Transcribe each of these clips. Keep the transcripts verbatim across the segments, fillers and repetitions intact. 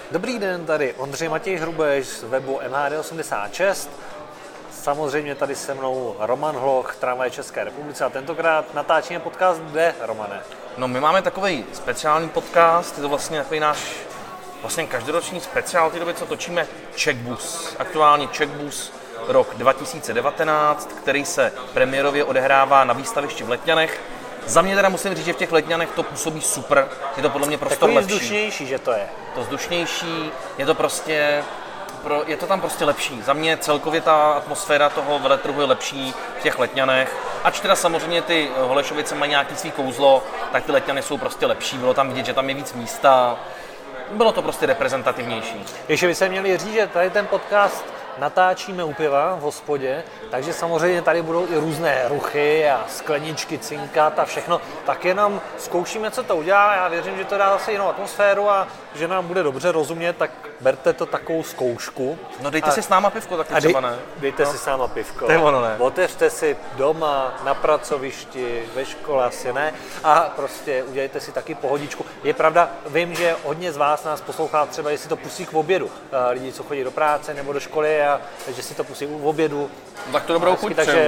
Dobrý den, tady Ondřej Matěj Hrubeš z webu M H D osmdesát šest. Samozřejmě tady se mnou Roman Hloch, Tramvaje České republice a tentokrát natáčíme podcast kde, Romane? No my máme takový speciální podcast, je to vlastně takový náš vlastně každoroční speciál té doby, co točíme Czechbus. Aktuálně Czechbus rok dva tisíce devatenáct, který se premiérově odehrává na výstavišti v Letňanech. Za mě teda musím říct, že v těch Letňanech to působí super, je to podle mě prostor lepší. Takový vzdušnější, že to je. To vzdušnější, je to prostě, pro, je to tam prostě lepší. Za mě celkově ta atmosféra toho veletrhu je lepší v těch Letňanech. Ač teda samozřejmě ty Holešovice mají nějaký svý kouzlo, tak ty Letňany jsou prostě lepší. Bylo tam vidět, že tam je víc místa. Bylo to prostě reprezentativnější. Ještě by se měli říct, že tady ten podcast natáčíme u piva v hospodě, takže samozřejmě tady budou i různé ruchy a skleničky cinkat a všechno. Tak jenom zkoušíme, co to udělá. Já věřím, že to dá zase jinou atmosféru a že nám bude dobře rozumět, tak berte to takovou zkoušku. No dejte a, si s náma pivko taky dej, třeba, ne? Dejte no. si s náma pivko. To je ono, ne? Otevřte si doma, na pracovišti, ve škole asi ne a prostě udělejte si taky pohodičku. Je pravda, vím, že hodně z vás nás poslouchá třeba, jestli to pustí k obědu. Lidi, co chodí do práce nebo do školy, a takže si to pustí v obědu. Tak to dobrou chuť. Takže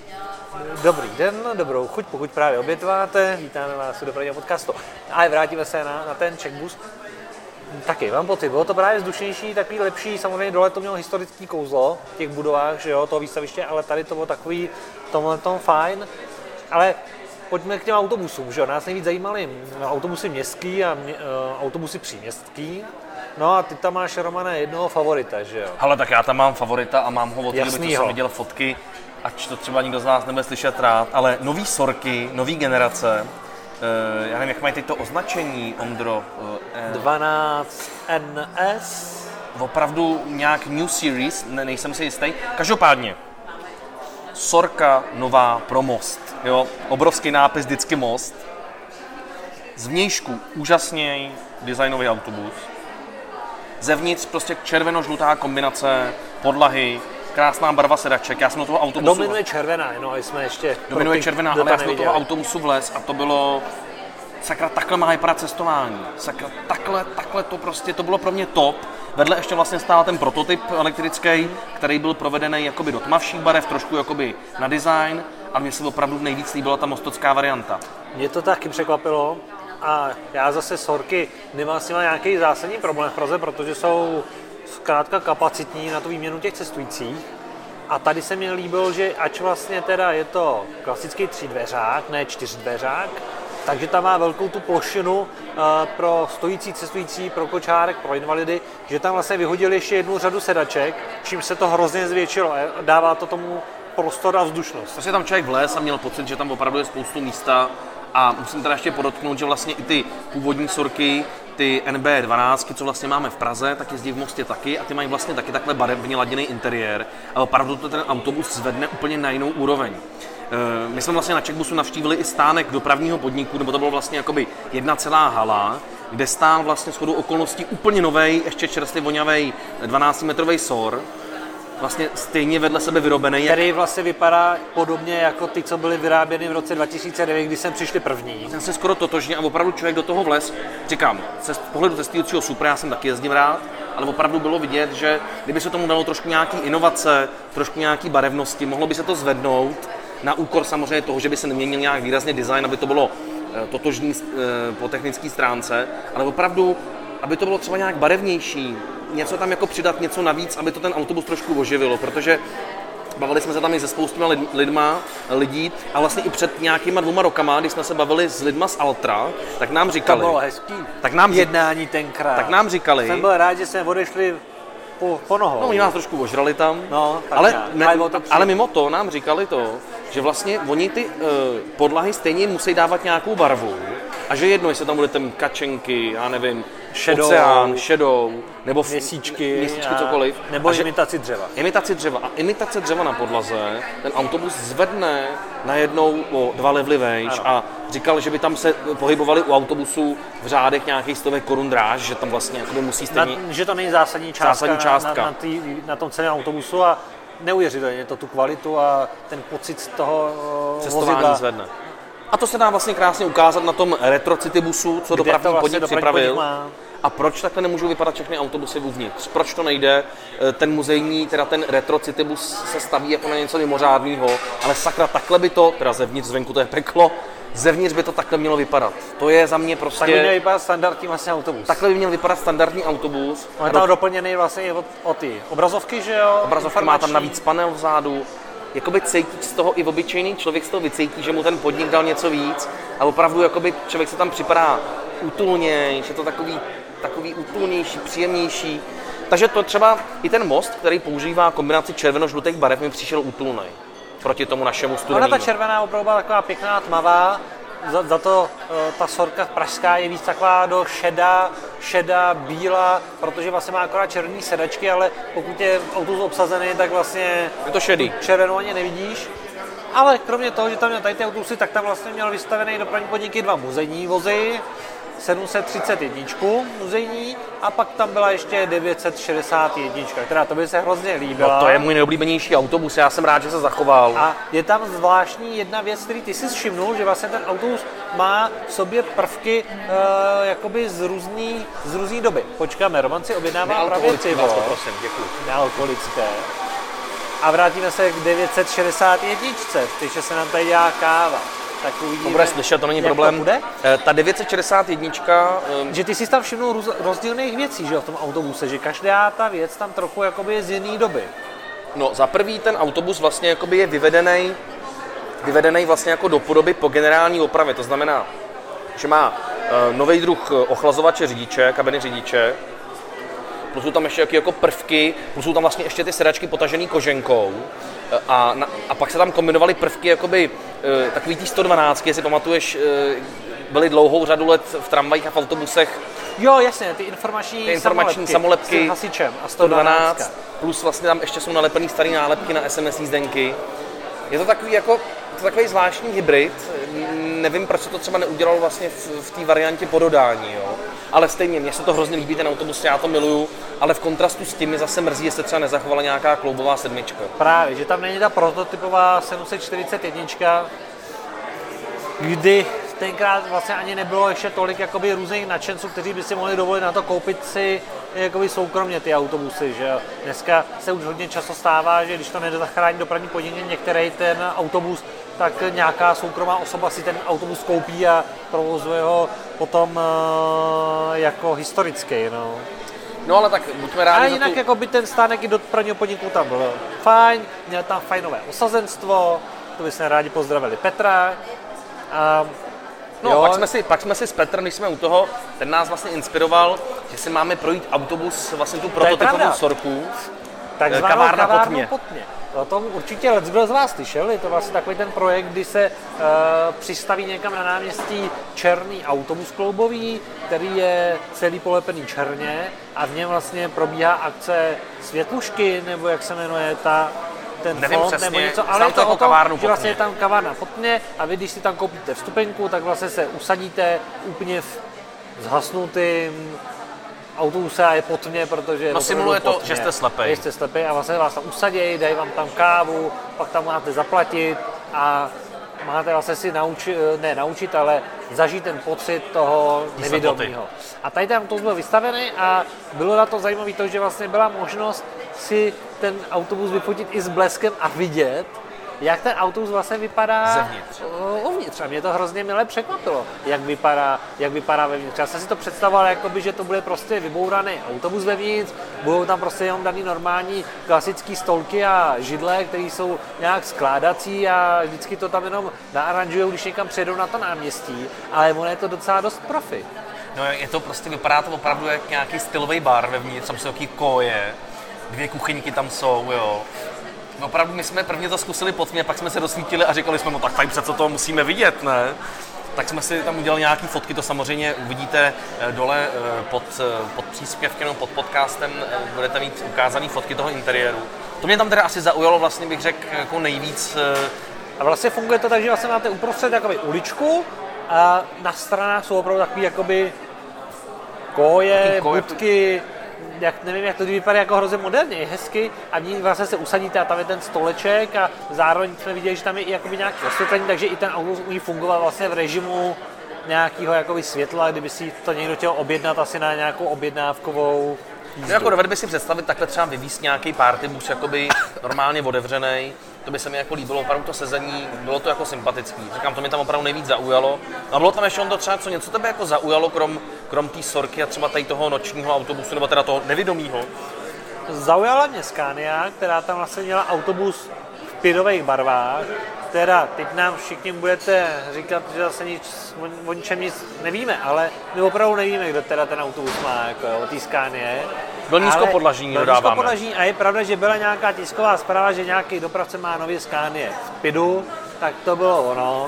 dobrý den, dobrou chuť, pokud právě obědváte. Vítáme vás u dopravního podcastu. A vrátíme se na, na ten Czechbus. Taky, mám pocit, bylo to právě vzdušnější, takový lepší, samozřejmě dole to mělo historický kouzlo v těch budovách, že jo, toho výstaviště, ale tady to bylo takový, tomhle tom fajn. Ale pojďme k těm autobusům, že jo, nás nejvíc zajímaly autobusy městský a mě, uh, autobusy příměstský. No a ty tam máš, Romane, jednoho favorita, že jo? Hele, tak já tam mám favorita a mám ho od té doby, co jsem viděl fotky, ač to třeba nikdo z nás nebude slyšet rád, ale nový sorky, nový generace, uh, já nevím, jak mají teď to označení, Ondro? Uh, dvanáct N S? Opravdu nějak new series, ne, nejsem si jistý. Každopádně, sorka nová pro most, jo? Obrovský nápis, vždycky most. Zvnějšku úžasný designový autobus. Zevnitř prostě červeno-žlutá kombinace, podlahy, krásná barva sedaček. Já jsem do toho autobusu... Dominuje červená, no, jsme ještě... Dominuje ty, červená, ale já jsem do toho autobusu vlez a to bylo... Sakra, takhle má vypadat cestování. Sakra, takhle, takhle to prostě, to bylo pro mě top. Vedle ještě vlastně stál ten prototyp elektrický, který byl provedený jakoby do tmavších barev, trošku jakoby na design. A mně se opravdu nejvíc líbila ta mostocká varianta. Mě to taky překvapilo. A já zase sorky nemám s nimi nějaký zásadní problém v Praze, protože jsou zkrátka kapacitní na tu výměnu těch cestujících. A tady se mi líbilo, že ač vlastně teda je to klasický třidveřák, ne čtyřdveřák, takže tam má velkou tu plošinu uh, pro stojící cestující, pro kočárek, pro invalidy, že tam vlastně vyhodili ještě jednu řadu sedaček, čím se to hrozně zvětšilo a dává to tomu prostor a vzdušnost. Prostě tam člověk vlez a měl pocit, že tam opravdu je spoustu místa. A musím teda ještě podotknout, že vlastně i ty původní sorky, ty N B dvanáct, co vlastně máme v Praze, tak jezdí v Mostě taky a ty mají vlastně taky takhle barevně laděný interiér. Ale opravdu to ten autobus zvedne úplně na jinou úroveň. My jsme vlastně na Czechbusu navštívili i stánek dopravního podniku, nebo to bylo vlastně jakoby jedna celá hala, kde stál vlastně shodou okolností úplně novej, ještě čerstvě voňavej dvanáctimetrový sor. Vlastně stejně vedle sebe vyrobený. Který jak... vlastně vypadá podobně jako ty, co byly vyráběny v roce dva tisíce devět, kdy jsem přišli první. Já jsem skoro totožně a opravdu člověk do toho vlez. Říkám, z pohledu cestujícího super, já jsem taky jezdím rád, ale opravdu bylo vidět, že kdyby se tomu dalo trošku nějaký inovace, trošku nějaký barevnosti, mohlo by se to zvednout na úkor samozřejmě toho, že by se neměnil nějak výrazně design, aby to bylo totožný po technické stránce, ale opravdu, aby to bylo třeba nějak barevnější, něco tam jako přidat, něco navíc, aby to ten autobus trošku oživilo, protože bavili jsme se tam i se spoustuma lidma, lidí a vlastně i před nějakýma dvouma rokama, když jsme se bavili s lidma z Altra, tak nám říkali... To bylo hezký tak nám, jednání tenkrát. Tak nám říkali... Jsem byl rád, že jsme odešli po, po nohou. No, oni nás trošku ožrali tam, no, ale, ne, ale mimo to nám říkali to, že vlastně oni ty uh, podlahy stejně musí dávat nějakou barvu a že jedno, jestli tam budete kačenky, já nevím, Shadow, oceán, shadow, nebo měsíčky, měsíčky cokoliv. Nebo a imitaci dřeva. Imitaci dřeva. A imitace dřeva na podlaze ten autobus zvedne najednou o dva levely vejš a říkal, že by tam se pohybovali u autobusu v řádech nějakých stovek korun dráž, že tam vlastně jakoby musí stejně... Na, že to není zásadní částka, zásadní částka. Na, na, tý, na tom celém autobusu a neuvěřitelně to tu kvalitu a ten pocit z toho cestování zvedne. A to se dá vlastně krásně ukázat na tom Retro City busu, co dopravní vlastně podnik připravil. Má. A proč takhle nemůžou vypadat všechny autobusy uvnitř? Proč to nejde? Ten muzejní, teda ten retro citybus se staví jako na něco mimořádného, ale sakra, takhle by to, teda zevnitř, zvenku to je peklo, zevnitř by to takhle mělo vypadat. To je za mě prostě... Tak by měl vypadat standardní vlastně autobus. Takhle by měl vypadat standardní autobus. On je tam doplněný vlastně i o, o ty obrazovky, že jo? Obrazovky má tam navíc panel vzadu. Jakoby cítí z toho i obyčejný člověk z toho vycítí, že mu ten podnik dal něco víc a opravdu jakoby člověk se tam připadá útulnější, je to takový, takový útulnější, příjemnější. Takže to třeba i ten most, který používá kombinaci červeno-žlutých barev, mi přišel útulnej proti tomu našemu studenému. Ona ta červená opravdu byla taková pěkná tmavá, za, za to ta sorka pražská je víc taková do šedá, šedá, bílá, protože vlastně má akorát červený sedačky, ale pokud je autobus obsazený, tak vlastně je to šedý. Červenou ani nevidíš. Ale kromě toho, že tam měl tady ty autobusy, tak tam vlastně měl vystavený dopravní podniky dva muzejní vozy, sedm set třicet jedna muzejní a pak tam byla ještě devět set šedesát jedna, která to by se hrozně líbila. No to je můj nejoblíbenější autobus, já jsem rád, že se zachoval. A je tam zvláštní jedna věc, který ty si všimnul, že vlastně ten autobus má v sobě prvky uh, jakoby z různý, z různý doby. Počkáme, Roman si objednává právě pivo. Prosím, děkuji. Nealkoholické. A vrátíme se k devět set šedesát jedna, takže se nám tady dělá káva. Tak uvidíme, bude slyšet, to není problém. To bude? Ta devět set šedesát jedna... Um... Že ty si tam všimnul roz, rozdílných věcí, že v tom autobuse, že každá ta věc tam trochu jakoby je z jiný doby. No, za prvý ten autobus vlastně jakoby je vyvedený, vyvedený vlastně jako do podoby po generální opravě. To znamená, že má uh, nový druh ochlazovače řidiče, kabiny řidiče, plus jsou tam ještě jako prvky, plus jsou tam vlastně ještě ty sedačky potažený koženkou. A, na, a pak se tam kombinovaly prvky jakoby e, takový tí sto dvanáct, jestli pamatuješ, e, byly dlouhou řadu let v tramvajích a v autobusech. Jo, jasně, ty informační, ty informační samolepky, samolepky s hasičem a sto dvanáct, plus vlastně tam ještě jsou nalepený staré nálepky na es em es jízdenky. Je to takový jako, to takový zvláštní hybrid, nevím, proč se to třeba neudělalo vlastně v, v té variantě po dodání, jo. Ale stejně, mně se to hrozně líbí, ten autobus, já to miluju, ale v kontrastu s tím mi zase mrzí, jestli třeba nezachovala nějaká kloubová sedmička. Právě, že tam není ta prototypová sedm set čtyřicet jedna, kdy tenkrát vlastně ani nebylo ještě tolik jakoby různých nadšenců, kteří by si mohli dovolit na to koupit si jakoby soukromně ty autobusy, že jo. Dneska se už hodně často stává, že když to nezachrání dopravní podnik některý ten autobus, tak nějaká soukromá osoba si ten autobus koupí a provozuje ho potom uh, jako historický, no. No ale tak buďme rádi. A jinak tu... jako by ten stánek i do dopravního podniku tam byl fajn, měl tam fajnové osazenstvo, to bychom rádi pozdravili Petra. A no, pak jsme, si, pak jsme si s Petrem, když jsme u toho, ten nás vlastně inspiroval, že si máme projít autobus, vlastně tu prototypovou sorku. Takzvanou kavárna, kavárnu Potmě. Potmě. O tom určitě let's kdo z vás slyšel, je to vlastně takový ten projekt, kdy se uh, přistaví někam na náměstí černý autobus kloubový, který je celý polepený černě a v něm vlastně probíhá akce Světlušky, nebo jak se jmenuje ta ten Nevím fond, přesně, nebo něco, ale je to jako o tom, kavárnu že vlastně je tam kavárna Potmě a vy, když si tam koupíte vstupenku, tak vlastně se usadíte úplně v zhasnutým autobuse a je Potmě, protože... No simuluje to, Potmě. že jste slepej. Že jste slepej a vlastně vás tam usadějí, dají vám tam kávu, pak tam máte zaplatit a máte vlastně si naučit, ne naučit, ale zažít ten pocit toho nevědomího. A tady ten autobus byl vystavený a bylo na to zajímavé to, že vlastně byla možnost si ten autobus vyfotit i s bleskem a vidět, jak ten autobus vlastně vypadá zevnitř. Uvnitř. A mě to hrozně milé překvapilo, jak vypadá, jak vypadá vevnitř. Já jsem si to představoval, jakoby, že to bude prostě vybouraný autobus vevnitř, budou tam prostě jenom daný normální klasické stolky a židle, které jsou nějak skládací a vždycky to tam jenom naaranžujou, když někam přijedou na to náměstí, ale ono je to docela dost profi. No je to prostě, vypadá to opravdu jak nějaký stylový bar vevnitř, tam jsou taky koje, dvě kuchyňky tam jsou, jo. Opravdu my jsme prvně to zkusili pod mě, pak jsme se dosvítili a říkali jsme, no tak tady přece to musíme vidět, ne? Tak jsme si tam udělali nějaké fotky, to samozřejmě uvidíte dole pod, pod příspěvkem nebo pod podcastem, budete mít ukázané fotky toho interiéru. To mě tam teda asi zaujalo, vlastně bych řekl, jako nejvíc. A vlastně funguje to tak, že vlastně máte uprostřed jakoby uličku a na stranách jsou opravdu takové jakoby koje, koje, budky, jak, nevím, jak to vypadá jako hrozně moderně, hezky a v ní vlastně se usadíte a tam je ten stoleček a zároveň jsme viděli, že tam je i jakoby nějaké osvětlení, takže i ten autobus umí fungovat vlastně v režimu nějakého jakoby světla, kdyby si to někdo chtěl objednat asi na nějakou objednávkovou jízdu. Jako dovedl by si představit takhle třeba vyvízt nějaký partybus jakoby normálně otevřenej. To by se mi jako líbilo, opravdu to sezení, bylo to jako sympatický. Říkám, to mi tam opravdu nejvíc zaujalo. A bylo tam ještě on to třeba, co něco tebe jako zaujalo, krom, krom té Sorky a třeba tady toho nočního autobusu, nebo teda toho nevědomího? Zaujala mě Scania, která tam vlastně měla autobus v pidových barvách. Teda teď nám všichni budete říkat, že zase nic, o, o ničem nic nevíme, ale my opravdu nevíme, kdo teda ten autobus má, jako jo, o té Scanie. Byl nízkopodlažní, dodáváme. Byl nízkopodlažní a je pravda, že byla nějaká tisková zpráva, že nějaký dopravce má nově Scanie v pidu, tak to bylo ono.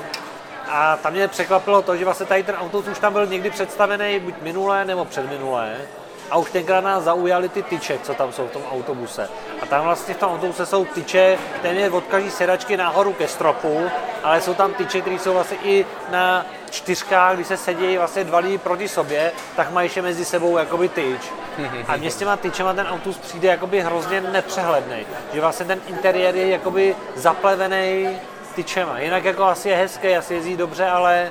A tam mě překvapilo to, že vlastně tady ten autobus už tam byl někdy představený buď minulé nebo předminulé. A už tenkrát nás zaujaly ty tyče, co tam jsou v tom autobuse. A tam vlastně v tom autobuse jsou tyče téměř od každé sedačky nahoru ke stropu, ale jsou tam tyče, které jsou vlastně i na čtyřkách, když se sedí vlastně dva lidi proti sobě, tak mají ještě mezi sebou jakoby tyč. A mě s těma tyčema ten autobus přijde jakoby hrozně nepřehlednej. Že vlastně ten interiér je jakoby zaplevený tyčema. Jinak jako asi je hezký, asi jezdí dobře, ale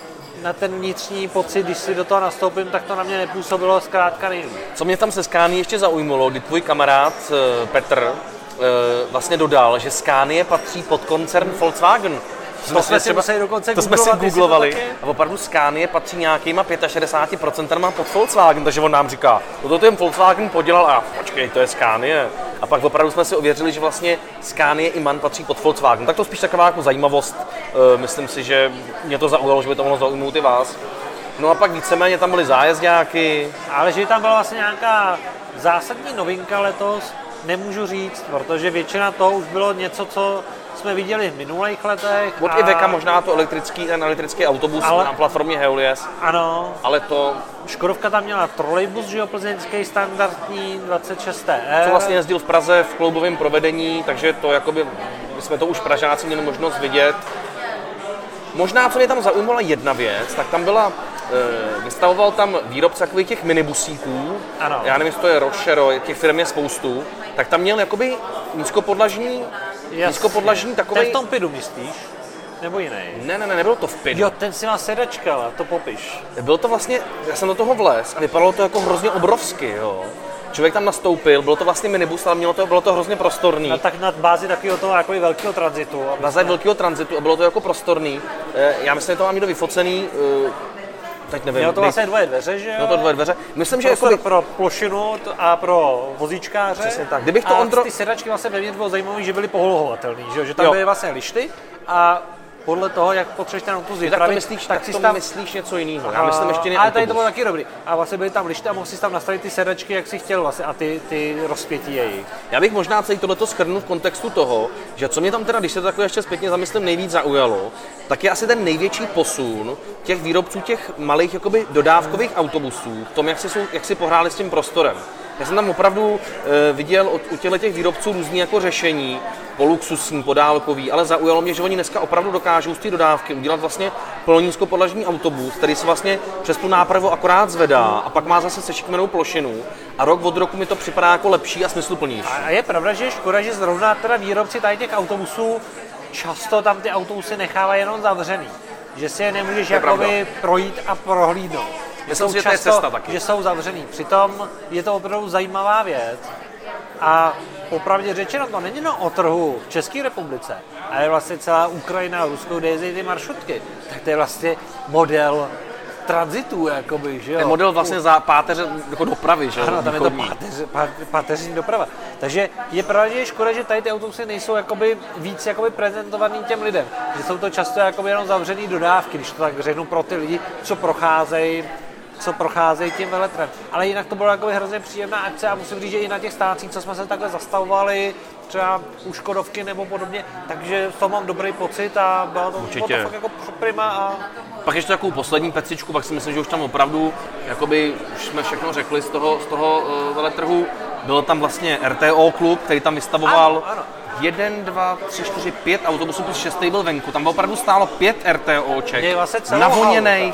na ten vnitřní pocit, když si do toho nastoupím, tak to na mě nepůsobilo zkrátka nejlíp. Co mě tam se Scania ještě zaujmulo, kdy tvůj kamarád Petr vlastně dodal, že Scania patří pod koncern Volkswagen. To jsme si museli dokonce to jsme si googlovali a opravdu Scania patří nějakýma šedesát pět procent pod Volkswagen, takže on nám říká, toto ten Volkswagen podělal a počkej, to je Scania. A pak opravdu jsme si ověřili, že vlastně Scania i MAN patří pod Volkswagen. Tak to spíš taková jako zajímavost, myslím si, že mě to zaujalo, že by to mohlo zaujmout i vás. No a pak víceméně tam byly zájezdňáky. Ale že tam byla vlastně nějaká zásadní novinka letos, nemůžu říct, protože většina toho už bylo něco, co jsme viděli v minulých letech. Od a... Iveka možná to elektrický, ten elektrický autobus ale... na platformě Heuliez. Ano. Ale to... Škodovka tam měla trolejbus, že jo, plzeňský standardní dvacet šest T R. Co vlastně jezdil v Praze v kloubovém provedení, takže to jakoby, my jsme to už Pražáci měli možnost vidět. Možná, co mě tam zaujala jedna věc, tak tam byla, e, vystavoval tam výrobce takových těch minibusíků, ano. Já nevím, jestli to je Rochero, těch firm je spoustu, tak tam měl jakoby nízkopodlažní, nízkopodlažní takovej... Ten v tom pidu myslíš? Nebo jiný? Ne, ne, ne, nebylo to v pidu. Jo, ten si má sedačka, ale to popiš. Bylo to vlastně, já jsem do toho vlez a vypadalo to jako hrozně obrovsky, jo. Člověk tam nastoupil, bylo to vlastně minibus, ale mělo to, bylo to hrozně prostorný. Na, tak na bázi takového toho jako velkého tranzitu. Na základě velkého tranzitu a bylo to jako prostorný. Já myslím, že to mám někdo vyfocený, teď nevím. Mělo to vlastně dvoje dveře, že jo? Mělo to dvoje dveře. Myslím, že jako jakoby... pro plošinu a pro vozíčkáře. Přesně tak. Kdybych to a Ondro... ty sedačky vlastně vevnitř bylo zajímavé, že byly poholohovatelné, že jo? Že tam jo. byly vlastně lišty a podle toho, jak potřebuješ ten autobus vypravit, tak to myslíš, tak, tak si to tam myslíš něco jiného. Já myslím ještě ale tady to bylo taky dobrý. A vlastně byly tam lišty a mohl si tam nastavit ty sedačky, jak si chtěl vlastně a ty, ty rozpětí jejich. Já bych možná celý tohleto shrnul v kontextu toho, že co mě tam teda, když se to takhle ještě zpětně zamyslím, nejvíc zaujalo, tak je asi ten největší posun těch výrobců těch malých jakoby dodávkových autobusů v tom, jak si, jsou, jak si pohráli s tím prostorem. Já jsem tam opravdu e, viděl od, u těch výrobců různý jako řešení, poluxusní, podálkový, ale zaujalo mě, že oni dneska opravdu dokážou z té dodávky udělat vlastně plnonízkopodlažní autobus, který se vlastně přes tu nápravu akorát zvedá a pak má zase sešikmenou plošinu a rok od roku mi to připadá jako lepší a smysluplnější. A je pravda, že je škoda, že zrovna teda výrobci tady těch autobusů často tam ty autobusy nechávají jenom zavřený, že si je nemůžeš jakoby projít a prohlídnout. Myslím, že to je cesta taky. Že jsou zavřený. Přitom je to opravdu zajímavá věc. A popravdě řečeno, to není jenom o trhu v České republice, ale vlastně celá Ukrajina a Rusko, kde jezdí ty maršrutky. Tak to je vlastně model tranzitu, jakoby, že jo. Je model vlastně za páteře jako dopravy, že jo. Ano, tam je to páteř, páteřní doprava. Takže je pravda, že je škoda, že tady ty autobusy nejsou jakoby víc jakoby prezentovaný těm lidem. Že jsou to často jakoby jenom zavřený dodávky, když to tak řeknu pro ty lidi, co procházejí co procházejí tím veletrem. Ale jinak to bylo jako hrozně příjemná akce a musím říct, že i na těch stácích, co jsme se takhle zastavovali, třeba u Škodovky nebo podobně, takže z toho mám dobrý pocit a bylo to, bylo to fakt jako prima. A... Pak ještě takovou poslední pecičku, pak si myslím, že už tam opravdu, jakoby, už jsme všechno řekli z toho, z toho uh, veletrhu, byl tam vlastně R T O klub, který tam vystavoval ano, ano. jeden, dva, tři, čtyři, pět autobusů plus šestý byl venku, tam opravdu stálo pět RTOček, vlastně navoněných,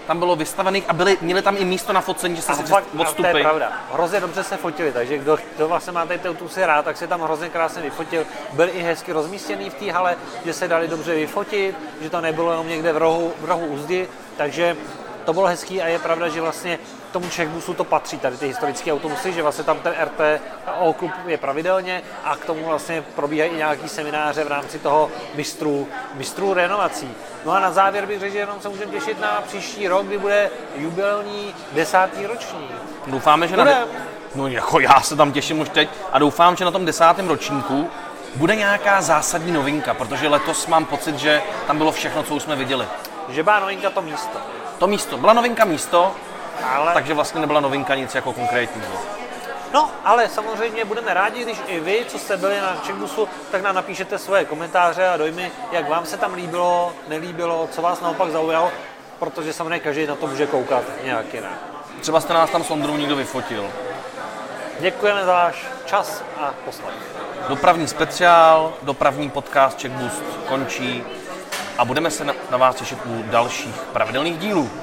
tam bylo vystavených a byli, měli tam i místo na focení, že se si odstupy. To je pravda. Hrozně dobře se fotili, takže kdo, kdo vlastně má tady tu si rád, tak se tam hrozně krásně vyfotil. Byl i hezky rozmístěný v té hale, že se dali dobře vyfotit, že to nebylo jenom někde v rohu, v rohu úzdy, takže to bylo hezký a je pravda, že vlastně tomu Czechbusu to patří, tady ty historické autobusy, že vlastně tam ten R T O klub je pravidelně a k tomu vlastně probíhají i nějaký semináře v rámci toho mistrů, mistrů renovací. No a na závěr bych řekl, že jenom se můžeme těšit na příští rok, kdy bude jubilejní desátý ročník. Doufáme, že na... De... No jako já se tam těším už teď a doufám, že na tom desátém ročníku bude nějaká zásadní novinka, protože letos mám pocit, že tam bylo všechno, co už jsme viděli. Že byla novinka to místo. To místo. Byla novinka místo, ale... takže vlastně nebyla novinka nic jako konkrétního. No, ale samozřejmě budeme rádi, když i vy, co jste byli na Czechbusu, tak nám napíšete svoje komentáře a dojmy, jak vám se tam líbilo, nelíbilo, co vás naopak zaujalo, protože samozřejmě každý na to může koukat nějak jinak. Třeba jste nás tam s Ondrou někdo vyfotil. Děkujeme za váš čas a poslech. Dopravní speciál, dopravní podcast Czechbus končí a budeme se na, na vás těšit u dalších pravidelných dílů.